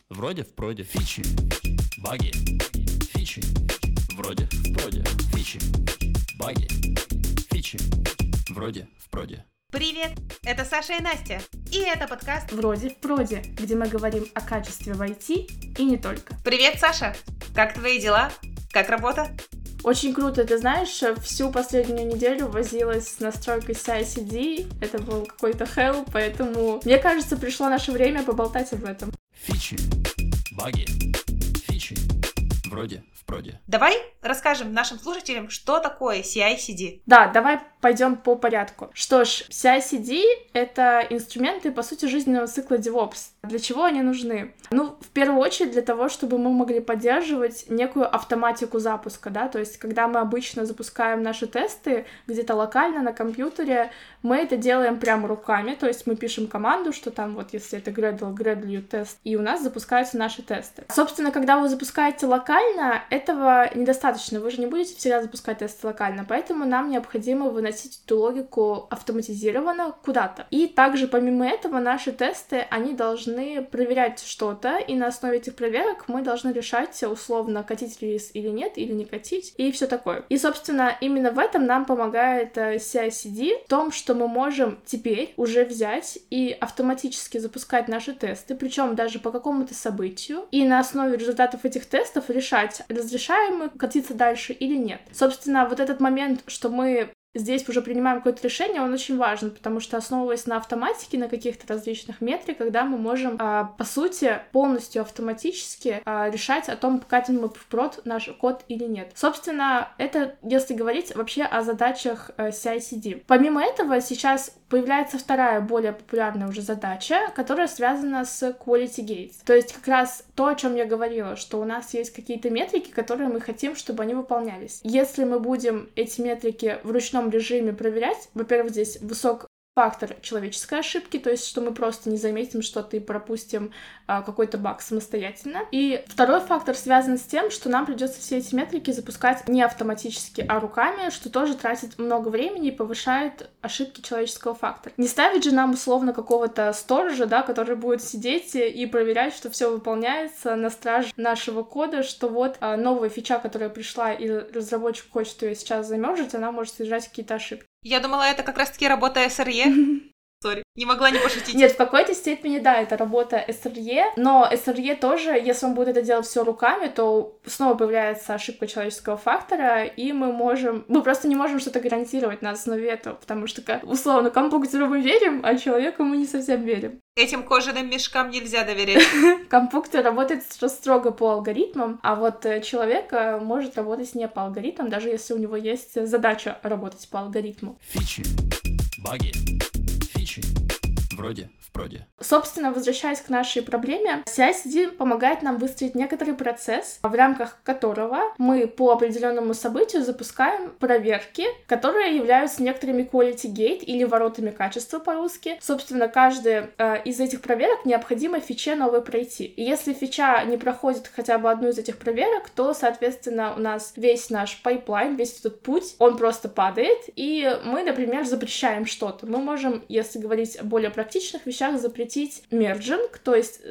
Вроде в проде. Фичи. Баги. Фичи. Вроде в проде. Фичи. Баги. Фичи. Вроде в проде. Привет, это Саша и Настя, и это подкаст «Вроде в проде», где мы говорим о качестве в IT и не только. Привет, Саша, как твои дела? Как работа? Очень круто, ты знаешь, всю последнюю неделю возилась с настройкой CI/CD, это был какой-то hell, поэтому, мне кажется, пришло наше время поболтать об этом. Фичи. Баги. Фичи. Вроде в проде. Давай расскажем нашим слушателям, что такое CI/CD. Да, давай пойдем по порядку. Что ж, CI/CD — это инструменты, по сути, жизненного цикла DevOps. Для чего они нужны? Ну, в первую очередь для того, чтобы мы могли поддерживать некую автоматику запуска, да, то есть когда мы обычно запускаем наши тесты где-то локально на компьютере, мы это делаем прямо руками, то есть мы пишем команду, что там вот если это Gradle тест, и у нас запускаются наши тесты. Собственно, когда вы запускаете локально, этого недостаточно, вы же не будете всегда запускать тесты локально, поэтому нам необходимо выносить эту логику автоматизированно куда-то. И также помимо этого наши тесты, они должны проверять что-то, и на основе этих проверок мы должны решать, условно, катить релиз или нет, или не катить, и все такое. И, собственно, именно в этом нам помогает CI/CD, в том, что мы можем теперь уже взять и автоматически запускать наши тесты, причем даже по какому-то событию, и на основе результатов этих тестов решать, разрешаем мы катиться дальше или нет. Собственно, вот этот момент, что мы здесь уже принимаем какое-то решение, он очень важен, потому что, основываясь на автоматике, на каких-то различных метриках, да, мы можем, по сути, полностью автоматически решать о том, катим мы в прод наш код или нет. Собственно, это если говорить вообще о задачах CI/CD. Помимо этого, сейчас появляется вторая, более популярная уже задача, которая связана с Quality Gates. То есть как раз то, о чем я говорила, что у нас есть какие-то метрики, которые мы хотим, чтобы они выполнялись. Если мы будем эти метрики в ручном режиме проверять, во-первых, здесь высок фактор человеческой ошибки, то есть что мы просто не заметим что-то и пропустим какой-то баг самостоятельно. И второй фактор связан с тем, что нам придется все эти метрики запускать не автоматически, а руками, что тоже тратит много времени и повышает ошибки человеческого фактора. Не ставить же нам условно какого-то сторожа, да, который будет сидеть и проверять, что все выполняется на страже нашего кода, что вот новая фича, которая пришла, и разработчик хочет ее сейчас замержить, она может содержать какие-то ошибки. Я думала, это как раз-таки работа SRE. Сори, не могла не пошутить. Нет, в какой-то степени, да, это работа SRE, но SRE тоже, если он будет это делать все руками, то снова появляется ошибка человеческого фактора, и мы просто не можем что-то гарантировать на основе этого, потому что, условно, компьютеру мы верим, а человеку мы не совсем верим. Этим кожаным мешкам нельзя доверять. Компьютер работает строго по алгоритмам, а вот человек может работать не по алгоритмам, даже если у него есть задача работать по алгоритму. Фичи. Баги. Фичи. Вроде в проде. Собственно, возвращаясь к нашей проблеме, CI/CD помогает нам выстроить некоторый процесс, в рамках которого мы по определенному событию запускаем проверки, которые являются некоторыми quality gate или воротами качества по-русски. Собственно, каждая из этих проверок необходимо фиче новой пройти. И если фича не проходит хотя бы одну из этих проверок, то, соответственно, у нас весь наш пайплайн, весь этот путь, он просто падает, и мы, например, запрещаем что-то. Мы можем, если говорить о более практичных вещах, запретить мерджинг, то есть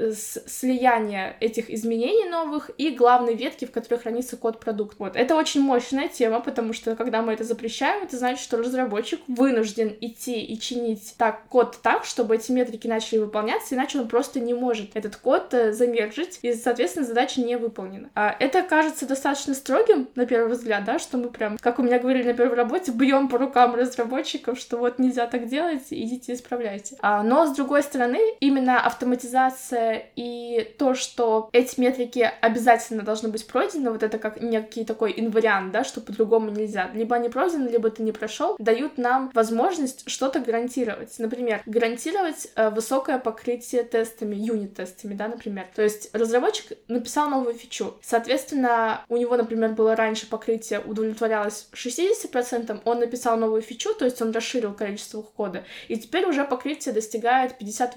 слияние этих изменений новых и главной ветки, в которой хранится код-продукт. Вот. Это очень мощная тема, потому что, когда мы это запрещаем, это значит, что разработчик вынужден идти и чинить код так, чтобы эти метрики начали выполняться, иначе он просто не может этот код замержить, и, соответственно, задача не выполнена. Это кажется достаточно строгим, на первый взгляд, да, что мы прям, как у меня говорили на первой работе, бьем по рукам разработчиков, что вот нельзя так делать, идите исправляйте. Но, с другой стороны, именно автоматизация и то, что эти метрики обязательно должны быть пройдены, вот это как некий такой инвариант, да, что по-другому нельзя. Либо они пройдены, либо ты не прошел, дают нам возможность что-то гарантировать. Например, гарантировать высокое покрытие тестами, юнит-тестами, да, например. То есть разработчик написал новую фичу. Соответственно, у него, например, было раньше покрытие удовлетворялось 60%, он написал новую фичу, то есть он расширил количество кода, и теперь уже покрытие достигает достигает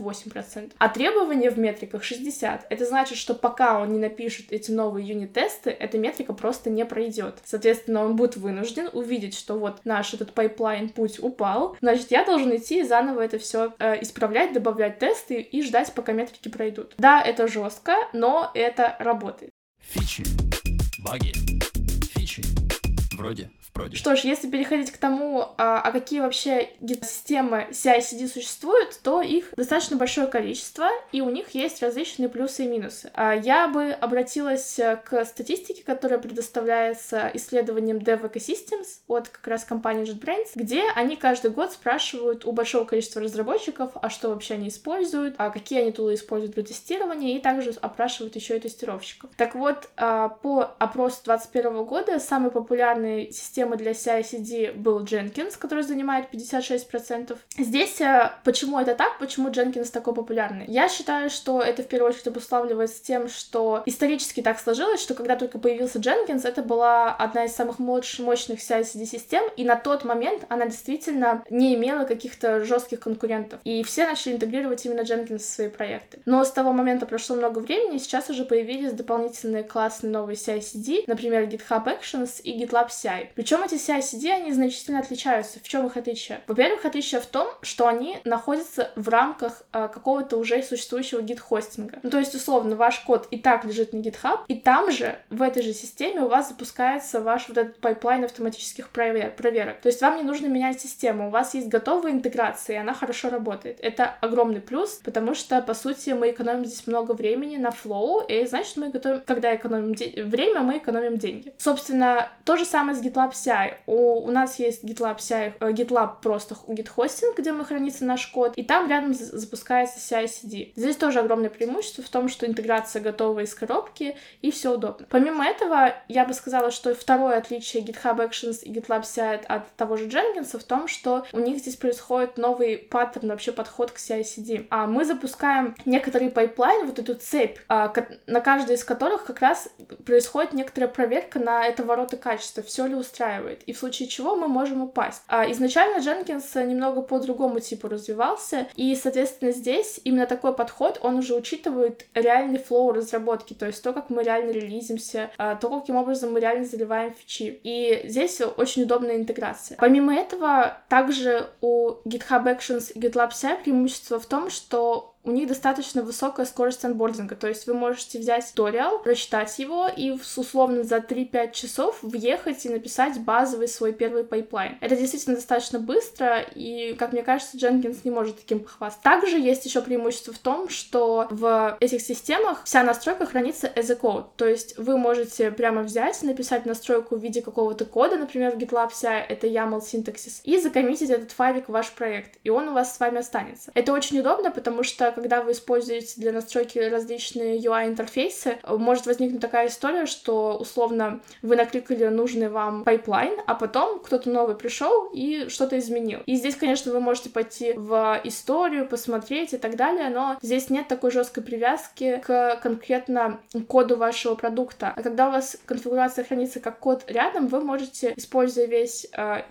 58%. А требования в метриках 60%. Это значит, что пока он не напишет эти новые юнит-тесты, эта метрика просто не пройдет. Соответственно, он будет вынужден увидеть, что вот наш этот пайплайн, путь упал, значит, я должен идти и заново это все исправлять, добавлять тесты и ждать, пока метрики пройдут. Да, это жестко, но это работает. Фичи, баги, фичи, вроде в проде. Что ж, если переходить к тому, какие вообще системы CI/CD существуют, то их достаточно большое количество, и у них есть различные плюсы и минусы. Я бы обратилась к статистике, которая предоставляется исследованием Dev Ecosystems от как раз компании JetBrains, где они каждый год спрашивают у большого количества разработчиков, а что вообще они используют, какие они тулы используют для тестирования, и также опрашивают еще и тестировщиков. Так вот, по опросу 2021 года самой популярной системой для CI/CD был Jenkins, который занимает 56%. Здесь почему это так? Почему Jenkins такой популярный? Я считаю, что это в первую очередь обуславливается тем, что исторически так сложилось, что когда только появился Jenkins, это была одна из самых мощных CI/CD систем, и на тот момент она действительно не имела каких-то жестких конкурентов. И все начали интегрировать именно Jenkins в свои проекты. Но с того момента прошло много времени, и сейчас уже появились дополнительные классные новые CI/CD, например, GitHub Actions и GitLab CI. Причем эти CI/CD, они значительно отличаются. В чем их отличие? Во-первых, отличие в том, что они находятся в рамках какого-то уже существующего гид-хостинга. Ну, то есть, условно, ваш код и так лежит на GitHub, и там же, в этой же системе у вас запускается ваш вот этот пайплайн автоматических проверок. То есть вам не нужно менять систему, у вас есть готовая интеграция, и она хорошо работает. Это огромный плюс, потому что, по сути, мы экономим здесь много времени на флоу, и значит, когда экономим время, мы экономим деньги. Собственно, то же самое с GitLab CI. У нас есть GitLab CI, GitLab просто гид-хостинг, где хранится наш код, и там рядом запускается CI/CD. Здесь тоже огромное преимущество в том, что интеграция готова из коробки, и все удобно. Помимо этого, я бы сказала, что второе отличие GitHub Actions и GitLab CI от того же Jenkins в том, что у них здесь происходит новый паттерн, вообще подход к CI/CD. Мы запускаем некоторый пайплайн, вот эту цепь, на каждой из которых как раз происходит некоторая проверка на это ворота качества, все ли устраивает, и в случае чего мы можем упасть. Изначально Jenkins немного по другому типу развивался, и, соответственно, здесь именно такой подход, он уже учитывает реальный флоу разработки, то есть то, как мы реально релизимся, то, каким образом мы реально заливаем фичи. И здесь очень удобная интеграция. Помимо этого, также у GitHub Actions и GitLab CI преимущество в том, что у них достаточно высокая скорость анбординга, то есть вы можете взять туториал, прочитать его и условно за 3-5 часов въехать и написать базовый свой первый пайплайн. Это действительно достаточно быстро, и, как мне кажется, Jenkins не может таким похвастаться. Также есть еще преимущество в том, что в этих системах вся настройка хранится as a code, то есть вы можете прямо взять, написать настройку в виде какого-то кода, например, в GitLab CI это YAML синтаксис, и закоммитить этот файлик в ваш проект, и он у вас с вами останется. Это очень удобно, потому что когда вы используете для настройки различные UI-интерфейсы, может возникнуть такая история, что, условно, вы накликали нужный вам пайплайн, а потом кто-то новый пришел и что-то изменил. И здесь, конечно, вы можете пойти в историю, посмотреть и так далее, но здесь нет такой жесткой привязки к конкретно коду вашего продукта. А когда у вас конфигурация хранится как код рядом, вы можете, используя весь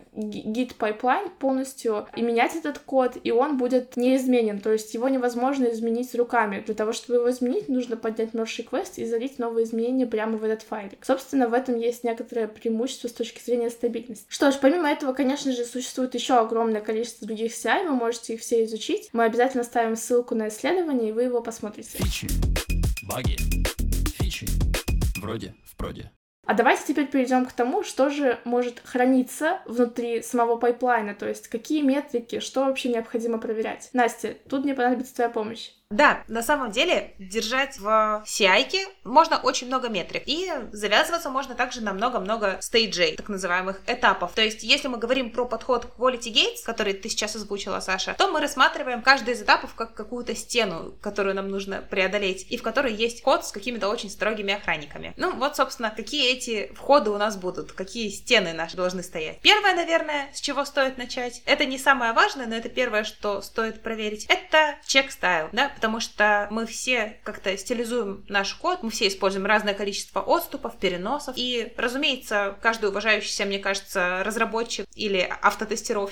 Git пайплайн полностью, и менять этот код, и он будет неизменен, то есть его невозможно изменить руками. Для того, чтобы его изменить, нужно поднять merge request и залить новые изменения прямо в этот файлик. Собственно, в этом есть некоторое преимущество с точки зрения стабильности. Что ж, помимо этого, конечно же, существует еще огромное количество других CI, вы можете их все изучить. Мы обязательно ставим ссылку на исследование, и вы его посмотрите. Фичи, баги, фичи, вроде в проде. А давайте теперь перейдем к тому, что же может храниться внутри самого пайплайна, то есть какие метрики, что вообще необходимо проверять. Настя, тут мне понадобится твоя помощь. Да, на самом деле держать в CI-ке можно очень много метрик, и завязываться можно также на много-много стейджей, так называемых этапов. То есть, если мы говорим про подход Quality Gates, который ты сейчас озвучила, Саша, то мы рассматриваем каждый из этапов как какую-то стену, которую нам нужно преодолеть, и в которой есть код с какими-то очень строгими охранниками. Ну, вот, собственно, какие эти входы у нас будут, какие стены наши должны стоять. Первое, наверное, с чего стоит начать, это не самое важное, но это первое, что стоит проверить, это check-style, да, потому что мы все как-то стилизуем наш код, мы все используем разное количество отступов, переносов, и, разумеется, каждый уважающийся, мне кажется, разработчик или автотестировщик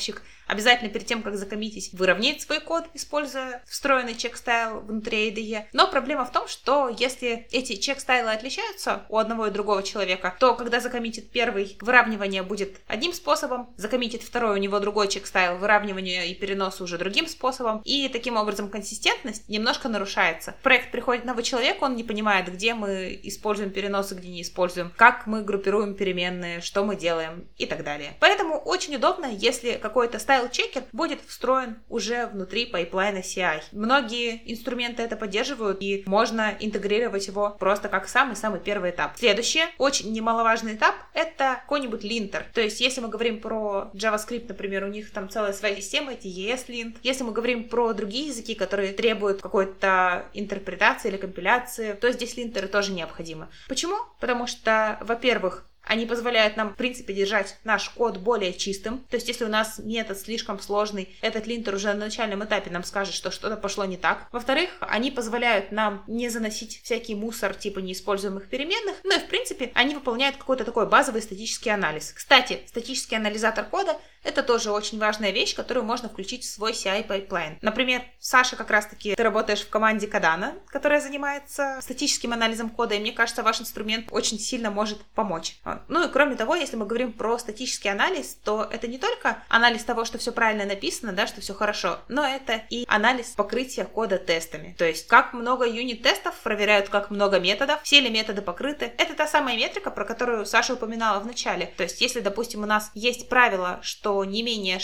обязательно перед тем, как закоммитить, выровнять свой код, используя встроенный чек-стайл внутри IDE. Но проблема в том, что если эти чек-стайлы отличаются у одного и другого человека, то когда закоммитит первый, выравнивание будет одним способом, закоммитит второй, у него другой чек-стайл, выравнивание и перенос уже другим способом, и таким образом консистентность немножко нарушается. Проект приходит новый человек, он не понимает, где мы используем переносы, где не используем, как мы группируем переменные, что мы делаем и так далее. Поэтому очень удобно, если какой-то стайл-чекер будет встроен уже внутри пайплайна CI. Многие инструменты это поддерживают, и можно интегрировать его просто как самый-самый первый этап. Следующий, очень немаловажный этап, это какой-нибудь линтер. То есть, если мы говорим про JavaScript, например, у них там целая своя система, эти ESLint. Если мы говорим про другие языки, которые требуют какой-то интерпретации или компиляции, то здесь линтеры тоже необходимы. Почему? Потому что, во-первых, они позволяют нам, в принципе, держать наш код более чистым. То есть, если у нас метод слишком сложный, этот линтер уже на начальном этапе нам скажет, что что-то пошло не так. Во-вторых, они позволяют нам не заносить всякий мусор типа неиспользуемых переменных. Ну и, в принципе, они выполняют какой-то такой базовый статический анализ. Кстати, статический анализатор кода — это тоже очень важная вещь, которую можно включить в свой CI-пайплайн. Например, Саша, как раз-таки ты работаешь в команде Cardano, которая занимается статическим анализом кода, и мне кажется, ваш инструмент очень сильно может помочь. Ну и кроме того, если мы говорим про статический анализ, то это не только анализ того, что все правильно написано, да, что все хорошо, но это и анализ покрытия кода тестами. То есть, как много юнит-тестов проверяют, как много методов, все ли методы покрыты. Это та самая метрика, про которую Саша упоминала в начале. То есть, если, допустим, у нас есть правило, что не менее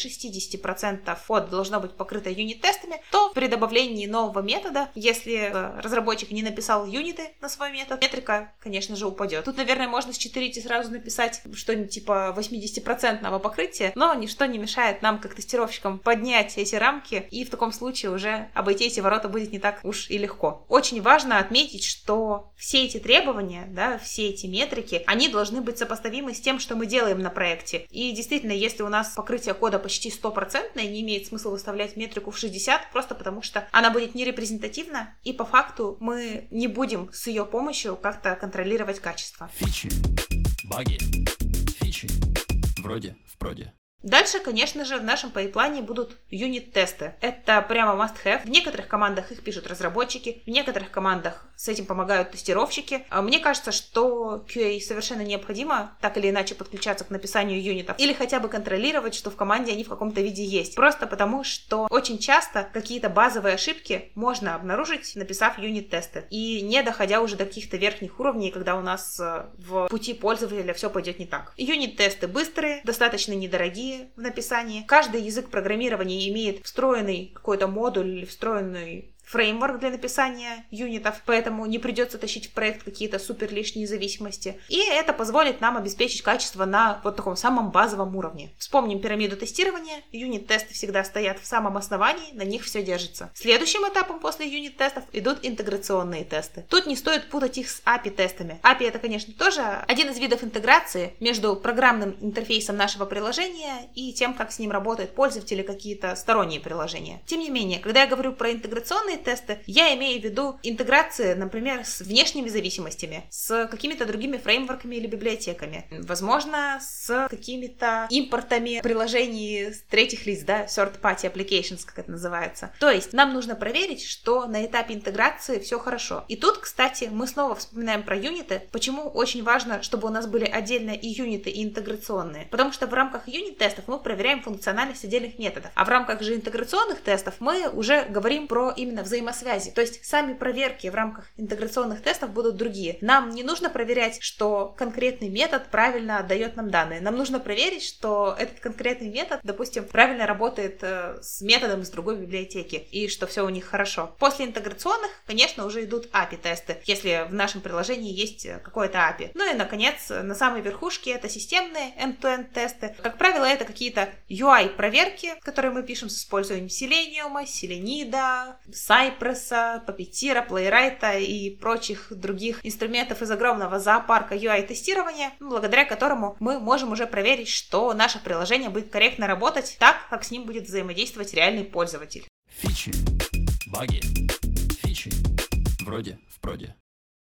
60% кода должно быть покрыто юнит-тестами, то при добавлении нового метода, если разработчик не написал юниты на свой метод, метрика, конечно же, упадет. Тут, наверное, можно счетырить и сразу написать что-нибудь типа 80% покрытия, но ничто не мешает нам, как тестировщикам, поднять эти рамки, и в таком случае уже обойти эти ворота будет не так уж и легко. Очень важно отметить, что все эти требования, да, все эти метрики, они должны быть сопоставимы с тем, что мы делаем на проекте. И действительно, если у нас покрытие кода почти 100%, не имеет смысла выставлять метрику в 60%, просто потому что она будет нерепрезентативна, и по факту мы не будем с ее помощью как-то контролировать качество. Фичи, баги, фичи, вроде в проде. Дальше, конечно же, в нашем пайплайне будут юнит-тесты. Это прямо must-have. В некоторых командах их пишут разработчики, в некоторых командах с этим помогают тестировщики. Мне кажется, что QA совершенно необходимо так или иначе подключаться к написанию юнитов или хотя бы контролировать, что в команде они в каком-то виде есть. Просто потому, что очень часто какие-то базовые ошибки можно обнаружить, написав юнит-тесты. И не доходя уже до каких-то верхних уровней, когда у нас в пути пользователя все пойдет не так. Юнит-тесты быстрые, достаточно недорогие в написании. Каждый язык программирования имеет встроенный какой-то модуль или встроенный фреймворк для написания юнитов, поэтому не придется тащить в проект какие-то супер лишние зависимости. И это позволит нам обеспечить качество на вот таком самом базовом уровне. Вспомним пирамиду тестирования. Юнит-тесты всегда стоят в самом основании, на них все держится. Следующим этапом после юнит-тестов идут интеграционные тесты. Тут не стоит путать их с API-тестами. API — это, конечно, тоже один из видов интеграции между программным интерфейсом нашего приложения и тем, как с ним работает пользователь или какие-то сторонние приложения. Тем не менее, когда я говорю про интеграционные тесты, я имею в виду интеграции, например, с внешними зависимостями, с какими-то другими фреймворками или библиотеками, возможно, с какими-то импортами приложений с третьих лиц, да, third-party applications, как это называется. То есть нам нужно проверить, что на этапе интеграции все хорошо. И тут, кстати, мы снова вспоминаем про юниты. Почему очень важно, чтобы у нас были отдельно и юниты, и интеграционные? Потому что в рамках юнит-тестов мы проверяем функциональность отдельных методов, а в рамках же интеграционных тестов мы уже говорим про именно взаимосвязи. То есть сами проверки в рамках интеграционных тестов будут другие. Нам не нужно проверять, что конкретный метод правильно отдает нам данные. Нам нужно проверить, что этот конкретный метод, допустим, правильно работает с методом из другой библиотеки и что все у них хорошо. После интеграционных, конечно, уже идут API-тесты, если в нашем приложении есть какое-то API. Ну и, наконец, на самой верхушке это системные end-to-end тесты. Как правило, это какие-то UI-проверки, которые мы пишем с использованием Selenium, Selenida, Cypress, Puppeteer, Playwright и прочих других инструментов из огромного зоопарка UI-тестирования, благодаря которому мы можем уже проверить, что наше приложение будет корректно работать так, как с ним будет взаимодействовать реальный пользователь. Фичи, баги, фичи, вроде в проде.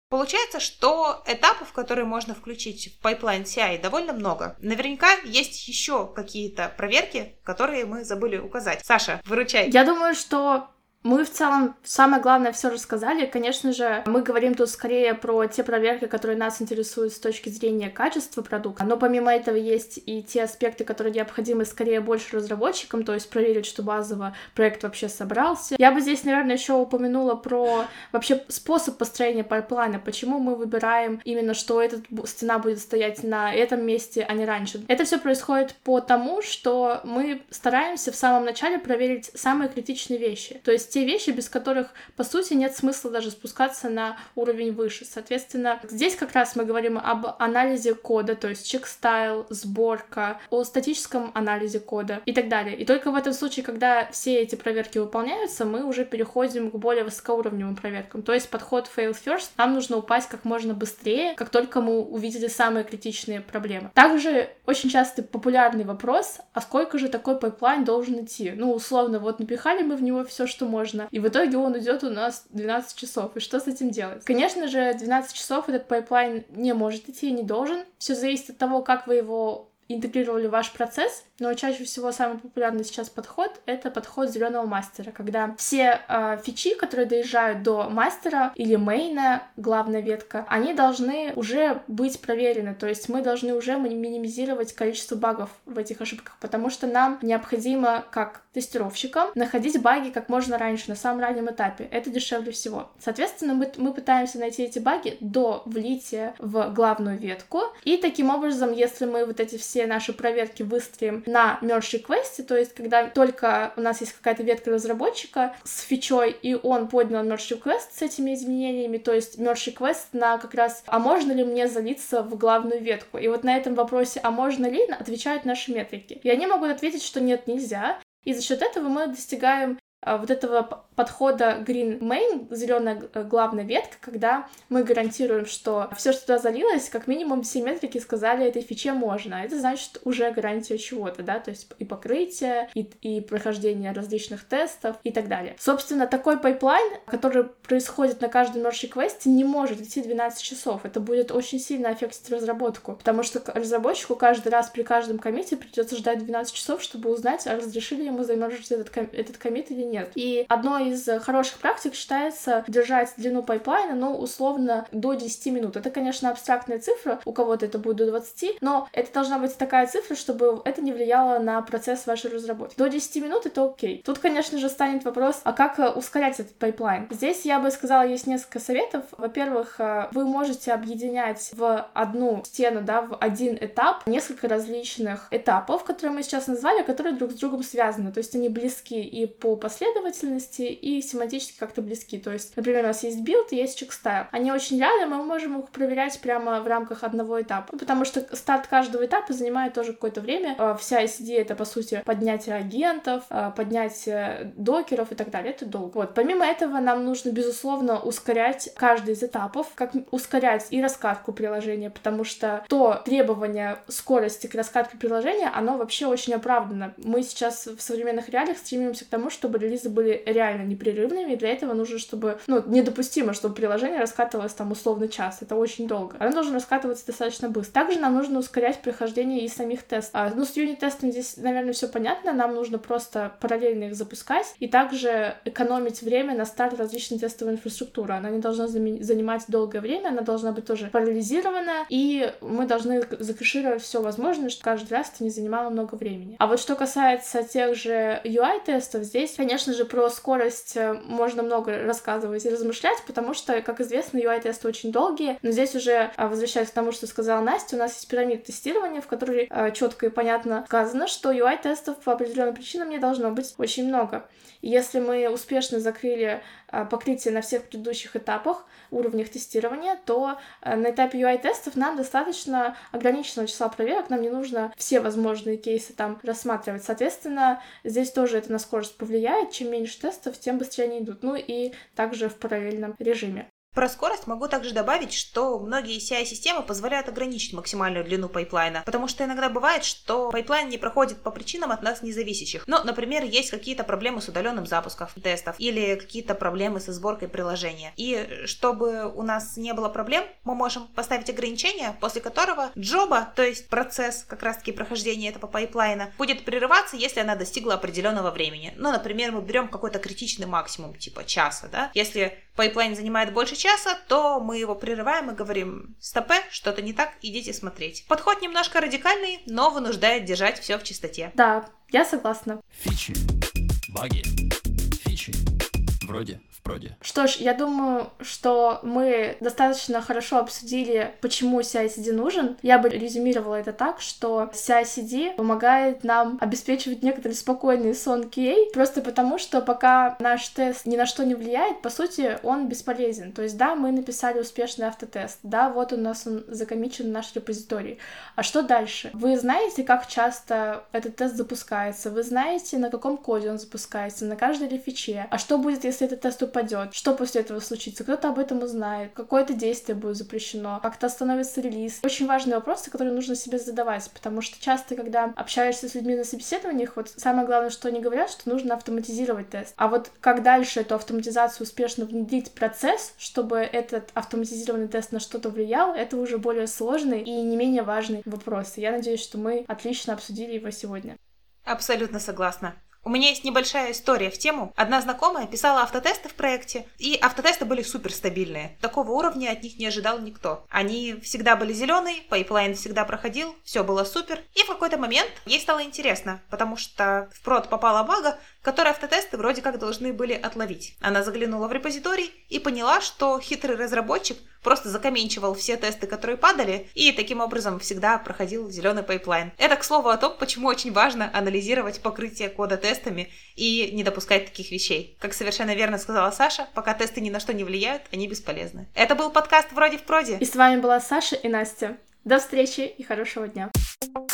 Получается, что этапов, которые можно включить в пайплайн CI, довольно много. Наверняка есть еще какие-то проверки, которые мы забыли указать. Саша, выручай. Я думаю, что мы в целом самое главное все рассказали. Конечно же, мы говорим тут скорее про те проверки, которые нас интересуют с точки зрения качества продукта, но помимо этого есть и те аспекты, которые необходимы скорее больше разработчикам, то есть проверить, что базово проект вообще собрался. Я бы здесь, наверное, еще упомянула про вообще способ построения пайплайна, почему мы выбираем именно, что эта стена будет стоять на этом месте, а не раньше. Это все происходит потому, что мы стараемся в самом начале проверить самые критичные вещи, то есть те вещи, без которых, по сути, нет смысла даже спускаться на уровень выше. Соответственно, здесь как раз мы говорим об анализе кода, то есть чек-стайл, сборка, о статическом анализе кода и так далее. И только в этом случае, когда все эти проверки выполняются, мы уже переходим к более высокоуровневым проверкам. То есть подход fail first, нам нужно упасть как можно быстрее, как только мы увидели самые критичные проблемы. Также очень часто популярный вопрос, а сколько же такой пайплайн должен идти? Ну, условно, вот напихали мы в него все, что можно, и в итоге он идет у нас 12 часов. И что с этим делать? Конечно же, 12 часов этот пайплайн не может идти и не должен. Все зависит от того, как вы его интегрировали в ваш процесс, но чаще всего самый популярный сейчас подход — это подход зеленого мастера, когда все фичи, которые доезжают до мастера или мейна, главная ветка, они должны уже быть проверены, то есть мы должны уже минимизировать количество багов в этих ошибках, потому что нам необходимо, как тестировщикам, находить баги как можно раньше, на самом раннем этапе. Это дешевле всего. Соответственно, мы пытаемся найти эти баги до влития в главную ветку, и таким образом, если мы вот эти все наши проверки выстроим на merge request, то есть когда только у нас есть какая-то ветка разработчика с фичой, и он поднял merge request с этими изменениями, то есть merge request на как раз, а можно ли мне залиться в главную ветку? И вот на этом вопросе, а можно ли, отвечают наши метрики. И они могут ответить, что нет, нельзя. И за счет этого мы достигаем вот этого подхода Green Main, зеленая главная ветка, когда мы гарантируем, что все, что туда залилось, как минимум все метрики сказали, этой фиче можно. Это значит уже гарантия чего-то, да, то есть и покрытие, и прохождение различных тестов и так далее. Собственно, такой пайплайн, который происходит на каждом merge request, не может идти 12 часов. Это будет очень сильно аффектить разработку, потому что разработчику каждый раз при каждом коммите придется ждать 12 часов, чтобы узнать, а разрешили ему замержить этот коммит или нет. И одной из хороших практик считается держать длину пайплайна, ну, условно, до 10 минут. Это, конечно, абстрактная цифра, у кого-то это будет до 20, но это должна быть такая цифра, чтобы это не влияло на процесс вашей разработки. До 10 минут это окей. Тут, конечно же, станет вопрос, а как ускорять этот пайплайн? Здесь я бы сказала, есть несколько советов. Во-первых, вы можете объединять в одну стену, да, в один этап несколько различных этапов, которые мы сейчас назвали, которые друг с другом связаны. То есть они близки и по последовательности, и семантически как-то близки. То есть, например, у нас есть билд и есть чек-стайл. Они очень рядом, и мы можем их проверять прямо в рамках одного этапа. Потому что старт каждого этапа занимает тоже какое-то время. Вся ICD — это, по сути, поднятие агентов, поднятие докеров и так далее. Это долго. Вот. Помимо этого, нам нужно, безусловно, ускорять каждый из этапов, как ускорять и раскатку приложения, потому что то требование скорости к раскатке приложения, оно вообще очень оправдано. Мы сейчас в современных реалиях стремимся к тому, чтобы релизы были реально непрерывными, и для этого нужно, чтобы, недопустимо, чтобы приложение раскатывалось там условно час, это очень долго. Оно должно раскатываться достаточно быстро. Также нам нужно ускорять прохождение и самих тестов. С юнит-тестом здесь, наверное, все понятно, нам нужно просто параллельно их запускать, и также экономить время на старт различной тестовой инфраструктуры. Она не должна занимать долгое время, она должна быть тоже параллелизирована, и мы должны закэшировать все возможное, чтобы каждый раз это не занимало много времени. А вот что касается тех же UI-тестов, здесь, конечно же, про скорость можно много рассказывать и размышлять, потому что, как известно, UI-тесты очень долгие, но здесь уже, возвращаясь к тому, что сказала Настя, у нас есть пирамида тестирования, в которой четко и понятно сказано, что UI-тестов по определенным причинам не должно быть очень много. И если мы успешно закрыли покрытие на всех предыдущих этапах, уровнях тестирования, то на этапе UI-тестов нам достаточно ограниченного числа проверок, нам не нужно все возможные кейсы там рассматривать. Соответственно, здесь тоже это на скорость повлияет. Чем меньше тестов, тем быстрее они идут. Ну и также в параллельном режиме. Про скорость могу также добавить, что многие CI-системы позволяют ограничить максимальную длину пайплайна, потому что иногда бывает, что пайплайн не проходит по причинам от нас независящих. Ну, например, есть какие-то проблемы с удаленным запуском тестов или какие-то проблемы со сборкой приложения. И чтобы у нас не было проблем, мы можем поставить ограничение, после которого джоба, то есть процесс как раз-таки прохождения этого пайплайна, будет прерываться, если она достигла определенного времени. Ну, например, мы берем какой-то критичный максимум, типа часа, да? Если пайплайн занимает больше часа, то мы его прерываем и говорим: стопе, что-то не так, идите смотреть. Подход немножко радикальный, но вынуждает держать все в чистоте. Да, я согласна. Фичи, баги, фичи, вроде в проде. Что ж, я думаю, что мы достаточно хорошо обсудили, почему CI/CD нужен. Я бы резюмировала это так, что CI/CD помогает нам обеспечивать некоторый спокойный сон QA, просто потому, что пока наш тест ни на что не влияет, по сути, он бесполезен. То есть, да, мы написали успешный автотест, да, вот у нас он закоммичен в наш репозиторий. А что дальше? Вы знаете, как часто этот тест запускается, вы знаете, на каком коде он запускается, на каждой ли фиче. А что будет, если этот тест упадет? Что после этого случится? Кто-то об этом узнает, какое-то действие будет запрещено, как-то остановится релиз. Очень важные вопросы, которые нужно себе задавать, потому что часто, когда общаешься с людьми на собеседованиях, вот самое главное, что они говорят, что нужно автоматизировать тест. А вот как дальше эту автоматизацию успешно внедрить в процесс, чтобы этот автоматизированный тест на что-то влиял, это уже более сложный и не менее важный вопрос. Я надеюсь, что мы отлично обсудили его сегодня. Абсолютно согласна. У меня есть небольшая история в тему. Одна знакомая писала автотесты в проекте, и автотесты были суперстабильные. Такого уровня от них не ожидал никто. Они всегда были зеленые, пайплайн всегда проходил, все было супер. И в какой-то момент ей стало интересно, потому что в прод попала бага, который автотесты вроде как должны были отловить. Она заглянула в репозиторий и поняла, что хитрый разработчик просто закомменчивал все тесты, которые падали, и таким образом всегда проходил зеленый пайплайн. Это, к слову, о том, почему очень важно анализировать покрытие кода тестами и не допускать таких вещей. Как совершенно верно сказала Саша, пока тесты ни на что не влияют, они бесполезны. Это был подкаст «Вроде в проде». И с вами была Саша и Настя. До встречи и хорошего дня.